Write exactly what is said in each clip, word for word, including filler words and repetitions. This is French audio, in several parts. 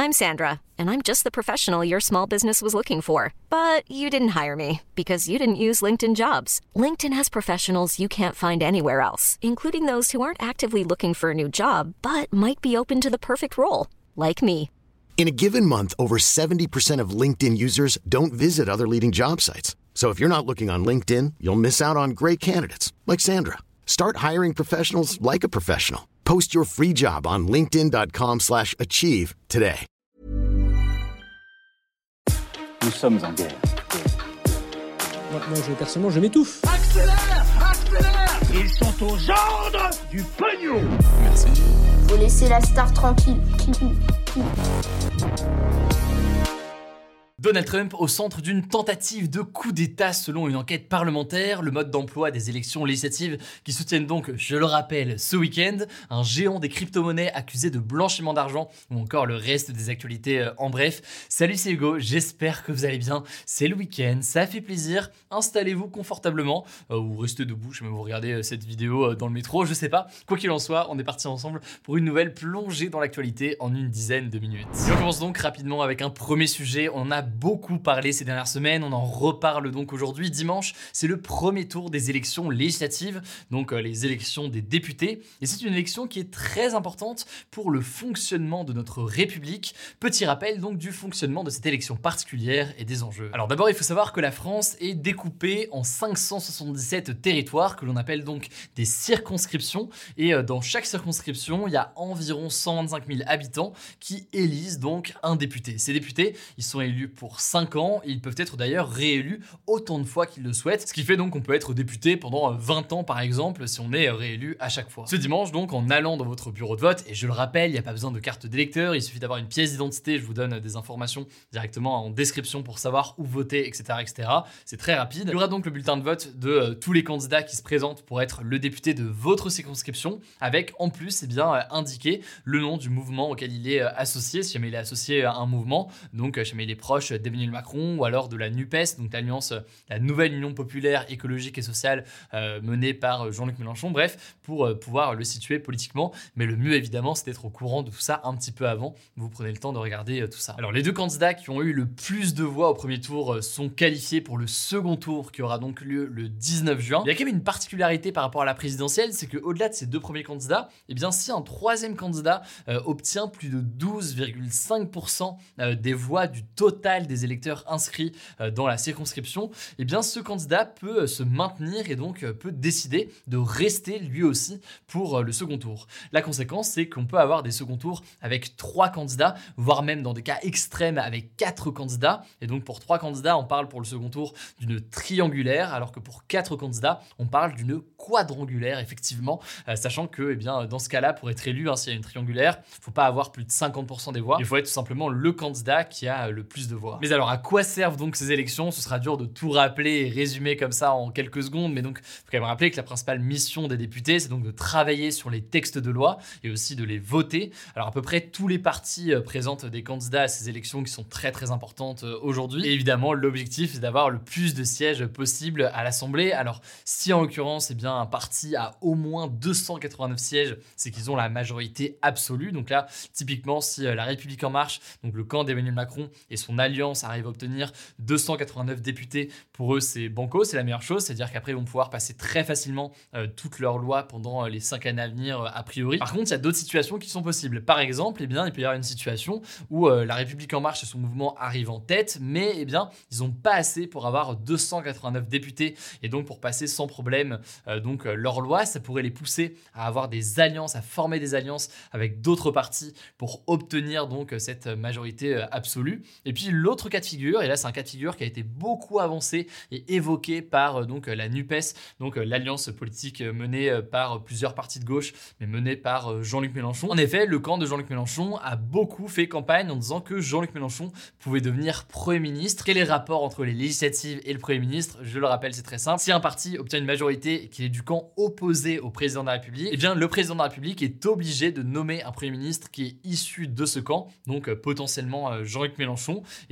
I'm Sandra, and I'm just the professional your small business was looking for. But you didn't hire me because you didn't use LinkedIn Jobs. LinkedIn has professionals you can't find anywhere else, including those who aren't actively looking for a new job, but might be open to the perfect role, like me. In a given month, over seventy percent of LinkedIn users don't visit other leading job sites. So if you're not looking on LinkedIn, you'll miss out on great candidates like Sandra. Start hiring professionals like a professional. Post your free job on linkedin dot com slash achieve today. Nous sommes en guerre. Moi, moi je, personnellement, je m'étouffe. Accélère, accélère. Ils sont aux ordres du pognon. Merci. Faut laisser la star tranquille. Donald Trump au centre d'une tentative de coup d'État selon une enquête parlementaire, le mode d'emploi des élections législatives qui soutiennent donc, je le rappelle, ce week-end, un géant des crypto-monnaies accusé de blanchiment d'argent ou encore le reste des actualités en bref. Salut, c'est Hugo, j'espère que vous allez bien, c'est le week-end, ça fait plaisir, installez-vous confortablement euh, ou restez debout, je sais même vous regardez cette vidéo dans le métro, je sais pas. Quoi qu'il en soit, on est parti ensemble pour une nouvelle plongée dans l'actualité en une dizaine de minutes. Et on commence donc rapidement avec un premier sujet, on a beaucoup parlé ces dernières semaines, on en reparle donc aujourd'hui. Dimanche, c'est le premier tour des élections législatives, donc euh, les élections des députés. Et c'est une élection qui est très importante pour le fonctionnement de notre République. Petit rappel donc du fonctionnement de cette élection particulière et des enjeux. Alors d'abord, il faut savoir que la France est découpée en cinq cent soixante-dix-sept territoires que l'on appelle donc des circonscriptions. Et euh, dans chaque circonscription, il y a environ cent vingt-cinq mille habitants qui élisent donc un député. Ces députés, ils sont élus pour cinq ans, ils peuvent être d'ailleurs réélus autant de fois qu'ils le souhaitent, ce qui fait donc qu'on peut être député pendant vingt ans par exemple si on est réélu à chaque fois. Ce dimanche donc, en allant dans votre bureau de vote, et je le rappelle, il n'y a pas besoin de carte d'électeur, il suffit d'avoir une pièce d'identité, je vous donne des informations directement en description pour savoir où voter, et cetera et cetera. C'est très rapide. Il y aura donc le bulletin de vote de euh, tous les candidats qui se présentent pour être le député de votre circonscription, avec en plus eh bien, euh, indiqué le nom du mouvement auquel il est euh, associé, si jamais il est associé à un mouvement, donc euh, si jamais il est proche d'Emmanuel Macron ou alors de la NUPES, donc l'alliance, la nouvelle Union populaire, écologique et sociale euh, menée par Jean-Luc Mélenchon, bref, pour euh, pouvoir le situer politiquement. Mais le mieux évidemment, c'est d'être au courant de tout ça un petit peu avant. Vous prenez le temps de regarder euh, tout ça. Alors les deux candidats qui ont eu le plus de voix au premier tour euh, sont qualifiés pour le second tour qui aura donc lieu le dix-neuf juin. Il y a quand même une particularité par rapport à la présidentielle, c'est qu'au-delà de ces deux premiers candidats, eh bien si un troisième candidat euh, obtient plus de douze virgule cinq pour cent euh, des voix du total des électeurs inscrits euh, dans la circonscription, eh bien ce candidat peut euh, se maintenir et donc euh, peut décider de rester lui aussi pour euh, le second tour. La conséquence, c'est qu'on peut avoir des seconds tours avec trois candidats, voire même dans des cas extrêmes avec quatre candidats. Et donc pour trois candidats, on parle pour le second tour d'une triangulaire, alors que pour quatre candidats, on parle d'une quadrangulaire, effectivement, euh, sachant que eh bien, dans ce cas-là, pour être élu, hein, s'il y a une triangulaire, il ne faut pas avoir plus de cinquante pour cent des voix, il faut être tout simplement le candidat qui a le plus de voix. Mais alors, à quoi servent donc ces élections? Ce sera dur de tout rappeler et résumer comme ça en quelques secondes, mais donc il faut quand même rappeler que la principale mission des députés, c'est donc de travailler sur les textes de loi et aussi de les voter. Alors à peu près tous les partis euh, présentent des candidats à ces élections qui sont très très importantes euh, aujourd'hui. Et évidemment, l'objectif c'est d'avoir le plus de sièges possible à l'Assemblée. Alors si en l'occurrence, eh bien, un parti a au moins deux cent quatre-vingt-neuf sièges, c'est qu'ils ont la majorité absolue. Donc là, typiquement, si euh, la République en marche, donc le camp d'Emmanuel Macron et son alliance arrivent à obtenir deux cent quatre-vingt-neuf députés, pour eux c'est banco, c'est la meilleure chose, c'est-à-dire qu'après ils vont pouvoir passer très facilement euh, toutes leurs lois pendant euh, les cinq années à venir euh, a priori. Par contre, il y a d'autres situations qui sont possibles. Par exemple, eh bien, il peut y avoir une situation où euh, la République en marche et son mouvement arrivent en tête, mais eh bien, ils n'ont pas assez pour avoir deux cent quatre-vingt-neuf députés et donc pour passer sans problème euh, donc, euh, leur loi. Ça pourrait les pousser à avoir des alliances, à former des alliances avec d'autres partis pour obtenir donc cette majorité euh, absolue. Et puis l'autre cas de figure, et là c'est un cas de figure qui a été beaucoup avancé et évoqué par euh, donc, la NUPES, donc euh, l'alliance politique euh, menée euh, par plusieurs partis de gauche, mais menée par euh, Jean-Luc Mélenchon. En effet, le camp de Jean-Luc Mélenchon a beaucoup fait campagne en disant que Jean-Luc Mélenchon pouvait devenir Premier ministre. Quel est le rapport entre les législatives et le Premier ministre? Je le rappelle, c'est très simple. Si un parti obtient une majorité et qu'il est du camp opposé au président de la République, eh bien le président de la République est obligé de nommer un Premier ministre qui est issu de ce camp, donc euh, potentiellement euh, Jean-Luc Mélenchon. Et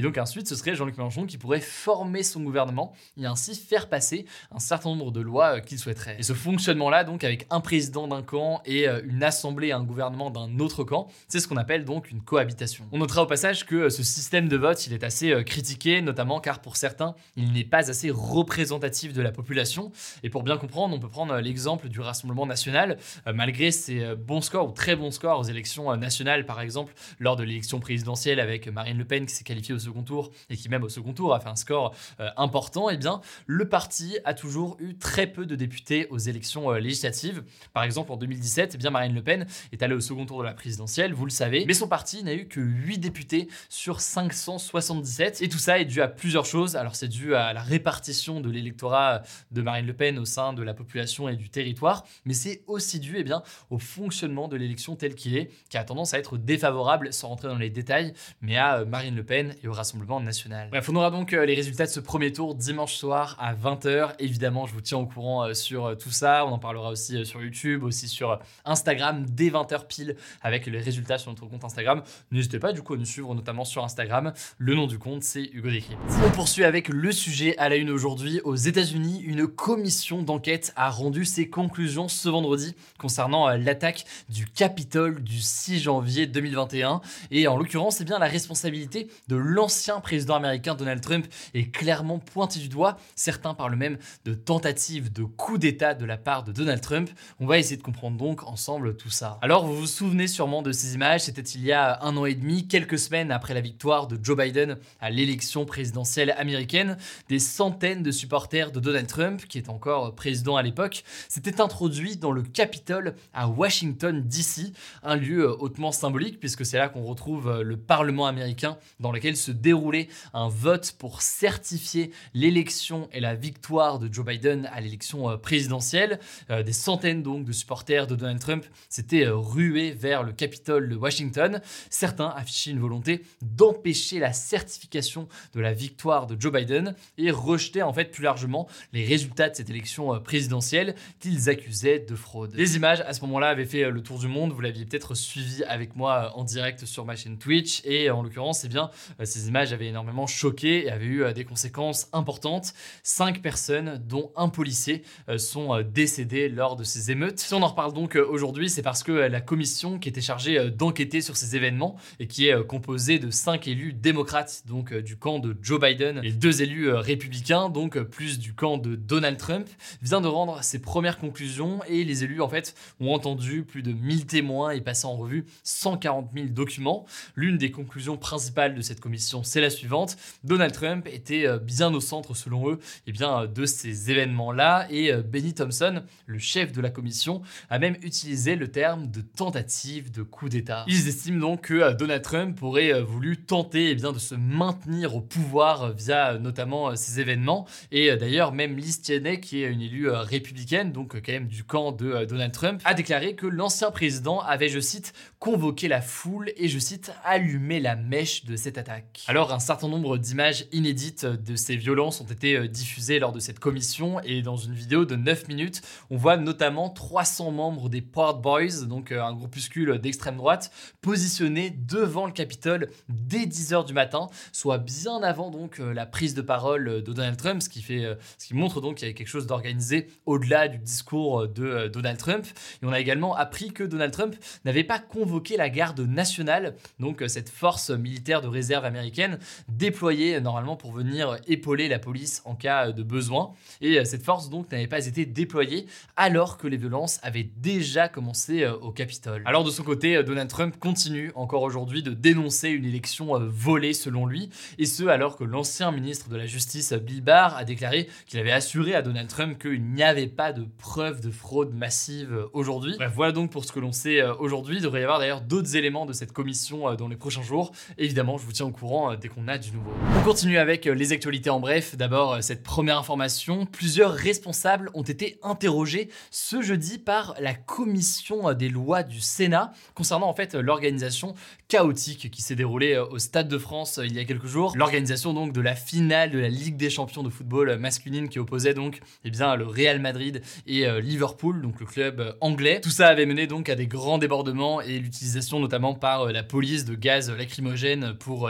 Et donc ensuite, ce serait Jean-Luc Mélenchon qui pourrait former son gouvernement et ainsi faire passer un certain nombre de lois qu'il souhaiterait. Et ce fonctionnement-là, donc avec un président d'un camp et une assemblée et un gouvernement d'un autre camp, c'est ce qu'on appelle donc une cohabitation. On notera au passage que ce système de vote, il est assez critiqué, notamment car pour certains, il n'est pas assez représentatif de la population. Et pour bien comprendre, on peut prendre l'exemple du Rassemblement national. Euh, malgré ses bons scores ou très bons scores aux élections nationales, par exemple, lors de l'élection présidentielle avec Marine Le Pen qui s'est qualifiée au second tour et qui même au second tour a fait un score euh, important, eh bien, le parti a toujours eu très peu de députés aux élections euh, législatives. Par exemple, en deux mille dix-sept, eh bien, Marine Le Pen est allée au second tour de la présidentielle, vous le savez, mais son parti n'a eu que huit députés sur cinq cent soixante-dix-sept. Et tout ça est dû à plusieurs choses. Alors, c'est dû à la répartition de l'électorat de Marine Le Pen au sein de la population et du territoire, mais c'est aussi dû eh bien, au fonctionnement de l'élection tel qu'il est, qui a tendance à être défavorable, sans rentrer dans les détails, mais à Marine Le Pen et au Rassemblement national. Bref, on aura donc les résultats de ce premier tour dimanche soir à vingt heures. Évidemment, je vous tiens au courant sur tout ça. On en parlera aussi sur YouTube, aussi sur Instagram, dès vingt heures pile, avec les résultats sur notre compte Instagram. N'hésitez pas du coup à nous suivre, notamment sur Instagram. Le nom du compte, c'est Hugo Décrypte. On poursuit avec le sujet à la une aujourd'hui. Aux États-Unis, une commission d'enquête a rendu ses conclusions ce vendredi concernant l'attaque du Capitole du six janvier deux mille vingt et un. Et en l'occurrence, eh bien, la responsabilité de l'ancien président américain Donald Trump est clairement pointée du doigt. Certains parlent même de tentative de coup d'État de la part de Donald Trump. On va essayer de comprendre donc ensemble tout ça. Alors, vous vous souvenez sûrement de ces images. C'était il y a un an et demi, quelques semaines après la victoire de Joe Biden à l'élection présidentielle américaine. Des centaines de supporters de Donald Trump, qui est encore président à l'époque, s'étaient introduits dans le Capitole à Washington D C, un lieu hautement symbolique puisque c'est là qu'on retrouve le Parlement américain dans lequel se déroulait un vote pour certifier l'élection et la victoire de Joe Biden à l'élection présidentielle. Euh, des centaines donc de supporters de Donald Trump s'étaient rués vers le Capitole de Washington. Certains affichaient une volonté d'empêcher la certification de la victoire de Joe Biden et rejetaient en fait plus largement les résultats de cette élection présidentielle qu'ils accusaient de fraude. Les images à ce moment-là avaient fait le tour du monde, vous l'aviez peut-être suivi avec moi en direct sur ma chaîne Twitch et en l'occurrence, eh bien, ces images avaient énormément choqué et avaient eu des conséquences importantes. Cinq personnes, dont un policier, sont décédées lors de ces émeutes. Si on en reparle donc aujourd'hui, c'est parce que la commission qui était chargée d'enquêter sur ces événements et qui est composée de cinq élus démocrates, donc du camp de Joe Biden, et deux élus républicains, donc plus du camp de Donald Trump, vient de rendre ses premières conclusions et les élus en fait ont entendu plus de mille témoins et passé en revue cent quarante mille documents. L'une des conclusions principales de cette commission, c'est la suivante: Donald Trump était bien au centre selon eux et bien, de ces événements-là et Benny Thompson, le chef de la commission, a même utilisé le terme de tentative de coup d'État. Ils estiment donc que Donald Trump aurait voulu tenter eh bien, de se maintenir au pouvoir via notamment ces événements et d'ailleurs même Liz Cheney, qui est une élue républicaine, donc quand même du camp de Donald Trump, a déclaré que l'ancien président avait, je cite, convoqué la foule et, je cite, allumé la mèche de cette attaque. Alors un certain nombre d'images inédites de ces violences ont été diffusées lors de cette commission et dans une vidéo de neuf minutes, on voit notamment trois cents membres des Proud Boys, donc un groupuscule d'extrême droite, positionnés devant le Capitole dès dix heures du matin, soit bien avant donc la prise de parole de Donald Trump, ce qui fait, ce qui montre donc qu'il y avait quelque chose d'organisé au-delà du discours de Donald Trump. Et on a également appris que Donald Trump n'avait pas convoqué la garde nationale, donc cette force militaire de réserve américaine déployée normalement pour venir épauler la police en cas de besoin. Et cette force donc n'avait pas été déployée alors que les violences avaient déjà commencé au Capitole. Alors de son côté, Donald Trump continue encore aujourd'hui de dénoncer une élection volée selon lui, et ce alors que l'ancien ministre de la Justice Bill Barr a déclaré qu'il avait assuré à Donald Trump qu'il n'y avait pas de preuves de fraude massive aujourd'hui. Bref, voilà donc pour ce que l'on sait aujourd'hui. Il devrait y avoir d'ailleurs d'autres éléments de cette commission dans les prochains jours. Évidemment, je vous tiens au courant dès qu'on a du nouveau. On continue avec les actualités en bref. D'abord, cette première information. Plusieurs responsables ont été interrogés ce jeudi par la commission des lois du Sénat concernant en fait l'organisation chaotique qui s'est déroulée au Stade de France il y a quelques jours. L'organisation donc de la finale de la Ligue des champions de football masculine qui opposait donc eh bien, le Real Madrid et euh, Liverpool, donc le club anglais. Tout ça avait mené donc à des grands débordements et l'utilisation notamment par euh, la police de gaz lacrymogène pour euh, disperser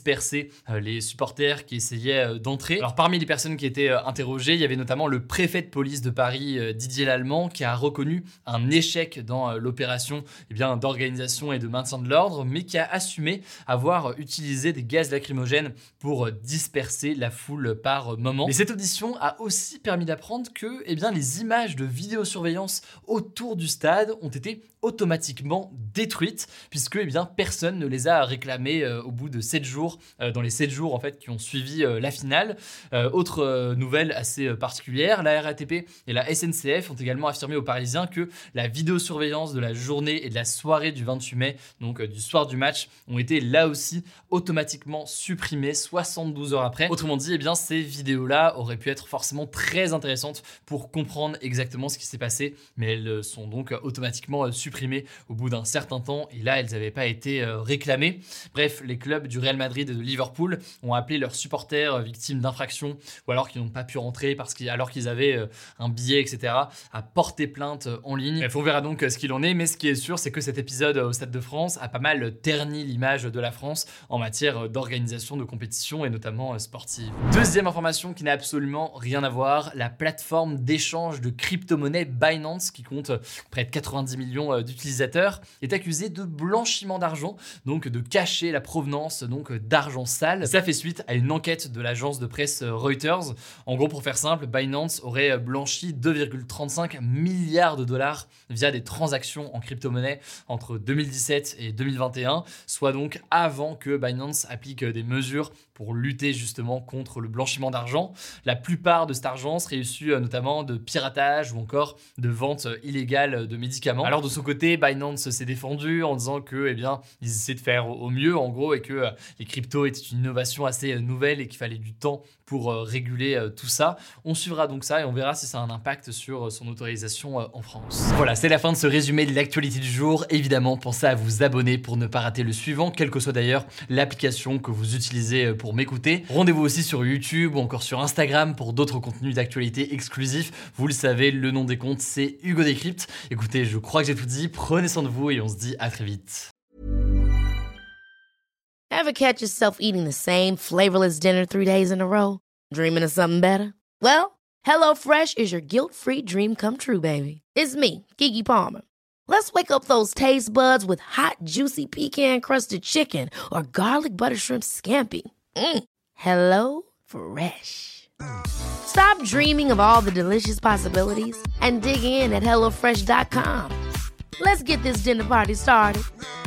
disperser euh, les supporters qui essayaient euh, d'entrer. Alors parmi les personnes qui étaient euh, interrogées, il y avait notamment le préfet de police de Paris, euh, Didier Lallemand, qui a reconnu un échec dans euh, l'opération eh bien, d'organisation et de maintien de l'ordre, mais qui a assumé avoir euh, utilisé des gaz lacrymogènes pour euh, disperser la foule par euh, moment. Mais cette audition a aussi permis d'apprendre que eh bien, les images de vidéosurveillance autour du stade ont été automatiquement détruites puisque eh bien, personne ne les a réclamées euh, au bout de sept jours, euh, dans les sept jours en fait, qui ont suivi euh, la finale. Euh, autre euh, nouvelle assez euh, particulière, la R A T P et la S N C F ont également affirmé aux Parisiens que la vidéosurveillance de la journée et de la soirée du vingt-huit mai, donc euh, du soir du match, ont été là aussi automatiquement supprimées soixante-douze heures après. Autrement dit, eh bien, ces vidéos-là auraient pu être forcément très intéressantes pour comprendre exactement ce qui s'est passé, mais elles sont donc automatiquement euh, supprimées au bout d'un certain temps et là elles n'avaient pas été euh, réclamées. Bref, les clubs du Real Madrid et de Liverpool ont appelé leurs supporters euh, victimes d'infractions ou alors qu'ils n'ont pas pu rentrer parce qu'ils, alors qu'ils avaient euh, un billet, et cetera, à porter plainte euh, en ligne. Bref, on verra donc euh, ce qu'il en est, mais ce qui est sûr, c'est que cet épisode euh, au Stade de France a pas mal terni l'image de la France en matière euh, d'organisation de compétition et notamment euh, sportive. Deuxième information qui n'a absolument rien à voir, la plateforme d'échange de crypto-monnaies Binance, qui compte euh, près de quatre-vingt-dix millions euh, d'utilisateurs, est accusé de blanchiment d'argent, donc de cacher la provenance donc d'argent sale. Ça fait suite à une enquête de l'agence de presse Reuters. En gros, pour faire simple, Binance aurait blanchi deux virgule trente-cinq milliards de dollars via des transactions en crypto-monnaie entre deux mille dix-sept et deux mille vingt et un, soit donc avant que Binance applique des mesures pour lutter justement contre le blanchiment d'argent. La plupart de cet argent serait issu notamment de piratage ou encore de vente illégale de médicaments. Alors de son côté, Binance s'est défendu en disant que, eh bien, ils essaient de faire au mieux en gros et que euh, les cryptos étaient une innovation assez euh, nouvelle et qu'il fallait du temps pour euh, réguler euh, tout ça. On suivra donc ça et on verra si ça a un impact sur euh, son autorisation euh, en France. Voilà, c'est la fin de ce résumé de l'actualité du jour. Évidemment, pensez à vous abonner pour ne pas rater le suivant, quelle que soit d'ailleurs l'application que vous utilisez pour m'écouter. Rendez-vous aussi sur YouTube ou encore sur Instagram pour d'autres contenus d'actualité exclusifs. Vous le savez, le nom des comptes, c'est Hugo Décrypte. Écoutez, je crois que j'ai tout dit. Prenez soin de vous et on se dit à très vite. Ever catch yourself eating the same flavorless dinner three days in a row? Dreaming of something better? Well, HelloFresh is your guilt-free dream come true, baby. It's me, Keke Palmer. Let's wake up those taste buds with hot, juicy pecan-crusted chicken or garlic butter shrimp scampi. Mm. Hello Fresh. Stop dreaming of all the delicious possibilities and dig in at hello fresh dot com. Let's get this dinner party started.